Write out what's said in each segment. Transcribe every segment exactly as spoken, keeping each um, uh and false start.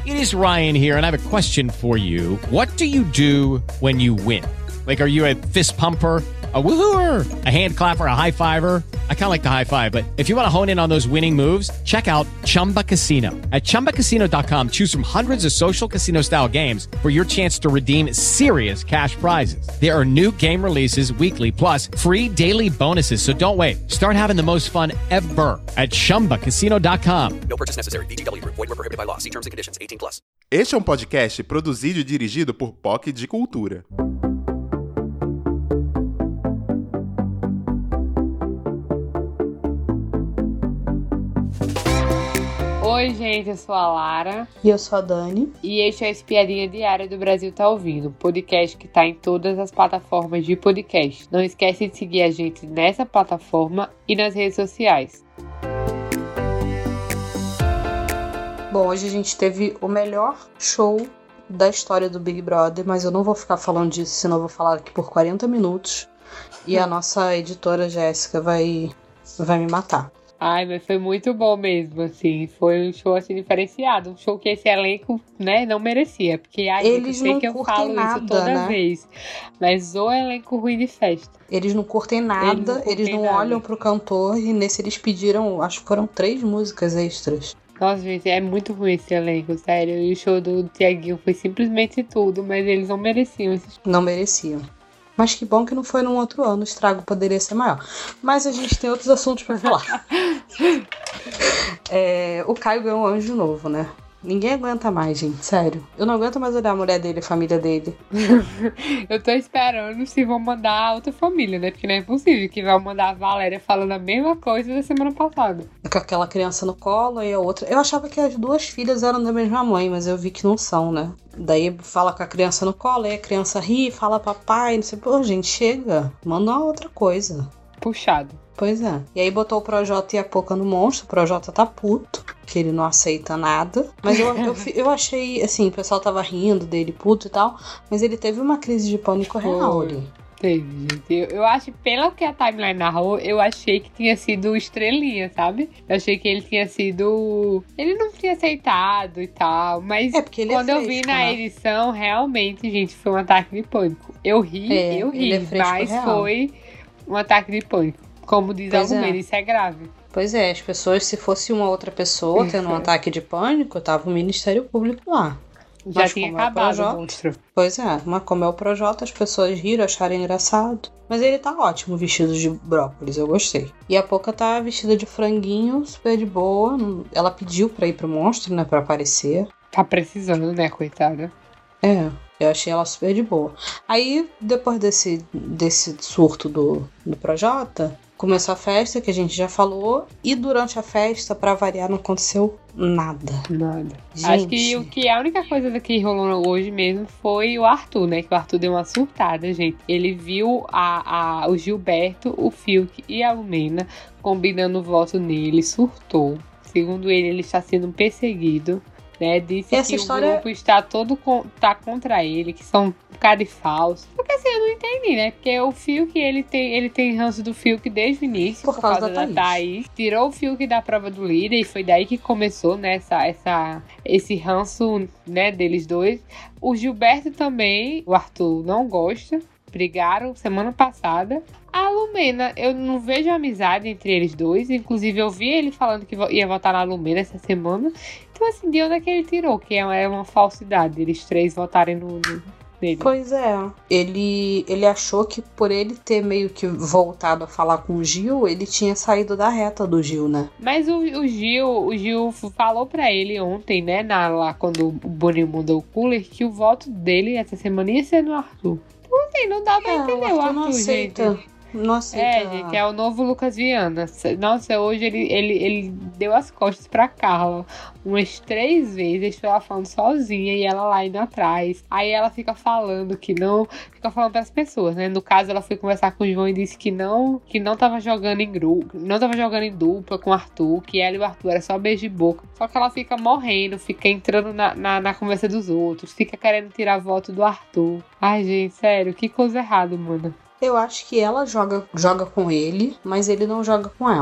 It is Ryan here, and I have a question for you. What do you do when you win? Like, are you a fist pumper, a woohooer, a hand clapper, a high fiver? I kind of like the high five, but if you want to hone in on those winning moves, check out Chumba Casino. At chumba casino dot com, choose from hundreds of social casino style games for your chance to redeem serious cash prizes. There are new game releases weekly, plus free daily bonuses. So don't wait. Start having the most fun ever at chumba casino dot com. No purchase necessary. V G W Group. Void where prohibited by law. See terms and conditions. eighteen plus. Este é um podcast produzido e dirigido por P O C de Cultura. Oi, gente, eu sou a Lara. E eu sou a Dani. E este é a Espiadinha Diária do Brasil Tá Ouvindo, podcast que tá em todas as plataformas de podcast. Não esquece de seguir a gente nessa plataforma e nas redes sociais. Bom, hoje a gente teve o melhor show da história do Big Brother, mas eu não vou ficar falando disso, senão eu vou falar aqui por quarenta minutos. E a nossa editora Jéssica vai, vai me matar. Ai, mas foi muito bom mesmo, assim, foi um show, assim, diferenciado, um show que esse elenco, né, não merecia, porque, ai, Eles eu sei não que eu curtem falo nada, isso toda né? vez, mas o elenco ruim de festa. Eles não curtem nada, Eles não curtem eles não nada. olham pro cantor, e nesse eles pediram, acho que foram três músicas extras. Nossa, gente, é muito ruim esse elenco, sério, e o show do Thiaguinho foi simplesmente tudo, mas eles não mereciam esse show. Não mereciam. Mas que bom que não foi num outro ano, o estrago poderia ser maior. Mas a gente tem outros assuntos pra falar. É, o Caio ganhou um anjo novo, né? Ninguém aguenta mais, gente, sério. Eu não aguento mais olhar a mulher dele, a família dele. Eu tô esperando se vão mandar outra família, né? Porque não é possível que vão mandar a Valéria falando a mesma coisa da semana passada. Com aquela criança no colo e a outra... Eu achava que as duas filhas eram da mesma mãe, mas eu vi que não são, né? Daí fala com a criança no colo, aí a criança ri, fala papai, não sei... Pô, gente, chega. Manda uma outra coisa. Puxado. Pois é. E aí botou o Projota e a Poca no monstro. O Projota tá puto, que ele não aceita nada. Mas eu, eu, eu achei, assim, o pessoal tava rindo dele, puto e tal. Mas ele teve uma crise de pânico real ali. Teve, gente. Eu, eu acho, pelo que a timeline narrou, eu achei que tinha sido estrelinha, sabe? Eu achei que ele tinha sido... Ele não tinha aceitado e tal, mas É, porque ele quando é eu vi fresco, na né? edição, realmente, gente, foi um ataque de pânico. Eu ri, É, eu ri, ele é fresco mas real. foi um ataque de pânico. Como diz Pois Alumena, é. isso é grave. Pois é, as pessoas, se fosse uma outra pessoa tendo um ataque de pânico, tava o Ministério Público lá. Já Mas tinha como é o acabado o Projota- monstro. Pois é, mas como é o Projota, as pessoas riram, acharam engraçado. Mas ele tá ótimo vestido de brócolis, eu gostei. E a Poca tá vestida de franguinho, super de boa. não- Ela pediu pra ir pro monstro, né, pra aparecer. Tá precisando, né, coitada? É, eu achei ela super de boa. Aí, depois desse, desse surto do, do Projota, começou a festa, que a gente já falou. E durante a festa, pra variar, não aconteceu nada. Nada. Gente. Acho que o que a única coisa que rolou hoje mesmo foi o Arthur, né? Que o Arthur deu uma surtada, gente. Ele viu a, a, o Gilberto, o Fiuk e a Lumena combinando o voto nele, surtou. Segundo ele, ele está sendo perseguido. Né, disse Essa que história- o grupo está todo con- tá contra ele, que são um bocado de falso. Porque assim, eu não entendi, né? Porque o Fiuk, ele tem, ele tem ranço do Fiuk desde o início, Por causa da Thaís. Tirou o Fiuk da prova do líder e foi daí que começou, né, essa, essa, esse ranço, né, deles dois. O Gilberto também, o Arthur não gosta. Brigaram semana passada. A Lumena, eu não vejo amizade entre eles dois. Inclusive, eu vi ele falando que vo- ia votar na Lumena essa semana. Então, assim, de onde é que ele tirou? Que é uma, é uma falsidade, eles três votarem no, no, nele. Pois é, ele, ele achou que por ele ter meio que voltado a falar com o Gil, ele tinha saído da reta do Gil, né? Mas o, o Gil, o Gil falou pra ele ontem, né, na, lá quando o Boninho mandou o cooler, que o voto dele essa semana ia ser no Arthur. Então, assim, não dá pra É, entender o o Arthur Arthur, não aceita. gente. Não aceita. É, gente, é o novo Lucas Viana. Nossa, hoje ele, ele, ele deu as costas pra Carla umas três vezes, estou lá falando sozinha e ela lá indo atrás. Aí ela fica falando que não, fica falando pras pessoas, né? No caso, ela foi conversar com o João e disse que não, que não tava jogando em grupo, não tava jogando em dupla com o Arthur, que ela e o Arthur era só beijo de boca. Só que ela fica morrendo, fica entrando na, na, na conversa dos outros, fica querendo tirar voto do Arthur. Ai, gente, sério, que coisa errada, mano. Eu acho que ela joga, joga com ele, mas ele não joga com ela.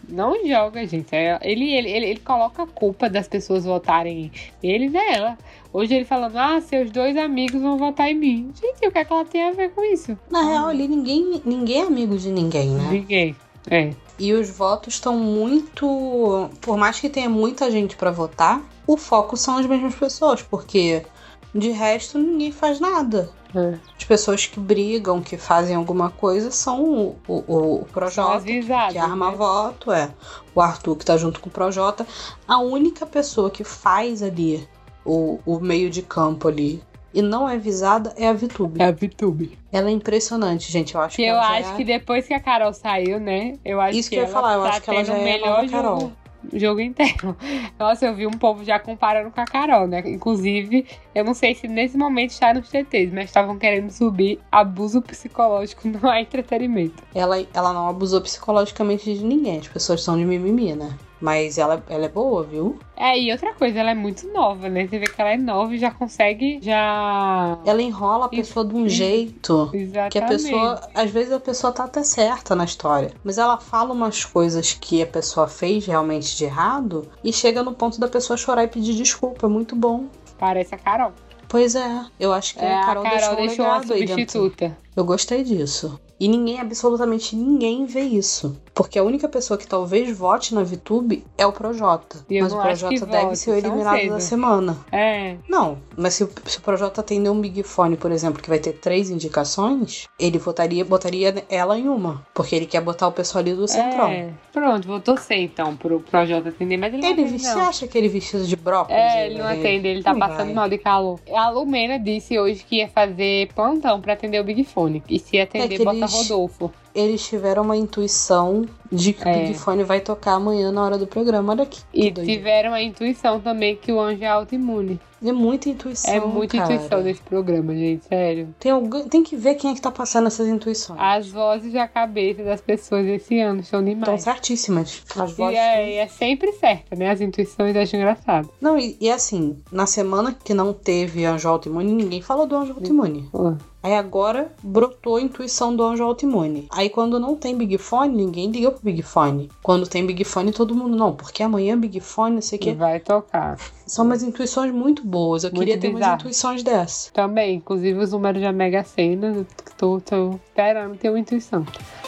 Não joga, gente. Ele, ele, ele, ele coloca a culpa das pessoas votarem ele nela. Hoje ele falando, ah, seus dois amigos vão votar em mim. Gente, o que é que ela tem a ver com isso? Na real, ali ninguém, ninguém é amigo de ninguém, né? Ninguém, é. E os votos estão muito... Por mais que tenha muita gente pra votar, o foco são as mesmas pessoas, porque de resto ninguém faz nada. É. As pessoas que brigam, que fazem alguma coisa, são o, o, o Projota, visadas, que arma né? voto, é. O Arthur, que tá junto com o Projota. A única pessoa que faz ali o, o meio de campo ali e não é visada é a VTube. É a VTube. Ela é impressionante, gente. Eu acho que, que eu ela acho já é... que depois que a Carol saiu, né? Eu acho Isso que, que eu ia ela falar, eu tá acho que ela tendo já o é a melhor nova Carol. jogo, jogo inteiro. Nossa, eu vi um povo já comparando com a Carol, né? Inclusive, eu não sei se nesse momento está nos T Ts, mas estavam querendo subir abuso psicológico no entretenimento. Ela, ela não abusou psicologicamente de ninguém. As pessoas são de mimimi, né? Mas ela, ela é boa, viu? É, e outra coisa, ela é muito nova, né? Você vê que ela é nova e já consegue, já... Ela enrola a pessoa de um jeito Exatamente. que a pessoa... Às vezes a pessoa tá até certa na história, mas ela fala umas coisas que a pessoa fez realmente de errado e chega no ponto da pessoa chorar e pedir desculpa. É muito bom. Parece a Carol. Pois é, eu acho que É, a Carol, a Carol deixou um deixou uma legado aí dentro. substituta. Eu gostei disso. E ninguém, absolutamente ninguém vê isso. Porque a única pessoa que talvez vote na VTube é o Projota. E eu Mas o não acho que Projota deve vote ser o tão eliminado cedo. da semana. É. Não, mas se o, se o Projota atender um Big Fone, por exemplo, que vai ter três indicações, ele votaria, botaria ela em uma. Porque ele quer botar o pessoal ali do Centrão. É. Pronto, vou torcer então pro Projota atender, mas ele não Ele, atende, você não. acha que ele vestido de brócolis? É, ele não atende, ele tá Não passando vai. mal de calor. A Lumena disse hoje que ia fazer plantão pra atender o Big Fone. E se atender, É que bota eles- Rodolfo. Eles tiveram uma intuição de que É. o Big Fone vai tocar amanhã na hora do programa. Olha aqui. E que doido. tiveram a intuição também que o anjo é autoimune. É muita intuição. É muita cara. intuição nesse programa, gente, sério. Tem, algum- tem que ver quem é que tá passando essas intuições. As vozes da cabeça das pessoas esse ano estão Estão demais. certíssimas. As E vozes é, é sempre certa, né? As intuições acham engraçado. Não, e, e assim, na semana que não teve Anjo Autoimune, ninguém falou do Anjo Autoimune. Pô. Aí agora brotou a intuição do Anjo Autoimune. Aí quando não tem Big Fone, ninguém liga pro Big Fone. Quando tem Big Fone, todo mundo, não, porque amanhã Big Fone, não sei o Que quê. vai tocar. São umas intuições muito boas. Eu Muito queria ter bizarro. umas intuições dessas. Também, inclusive os números da Mega Sena, eu tô, tô esperando ter uma intuição.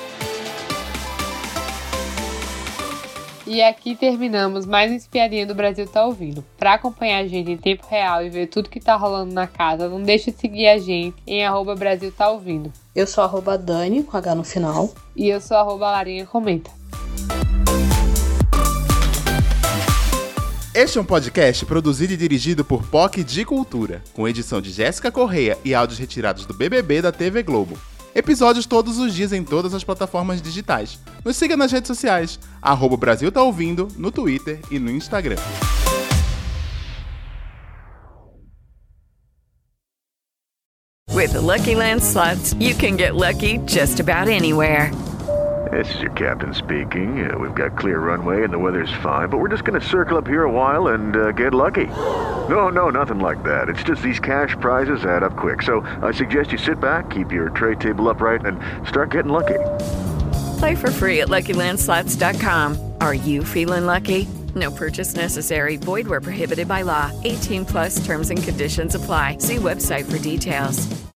E aqui terminamos mais um Espiadinha do Brasil Tá Ouvindo. Pra acompanhar a gente em tempo real e ver tudo que tá rolando na casa, não deixa de seguir a gente em arroba Brasil Tá Ouvindo. Eu sou arroba Dani, com H no final. E eu sou arroba Larinha Comenta. Este é um podcast produzido e dirigido por P O C de Cultura, com edição de Jéssica Correia e áudios retirados do B B B da T V Globo. Episódios todos os dias em todas as plataformas digitais. Nos siga nas redes sociais, arroba Brasil Tá Ouvindo, no Twitter e no Instagram. With the Lucky Land Slots, you can get lucky just about anywhere. This is your captain speaking. Uh, we've got clear runway and the weather's fine, but we're just going to circle up here a while and uh, get lucky. No, no, nothing like that. It's just these cash prizes add up quick. So I suggest you sit back, keep your tray table upright, and start getting lucky. Play for free at Lucky Land Slots dot com. Are you feeling lucky? No purchase necessary. Void where prohibited by law. eighteen plus terms and conditions apply. See website for details.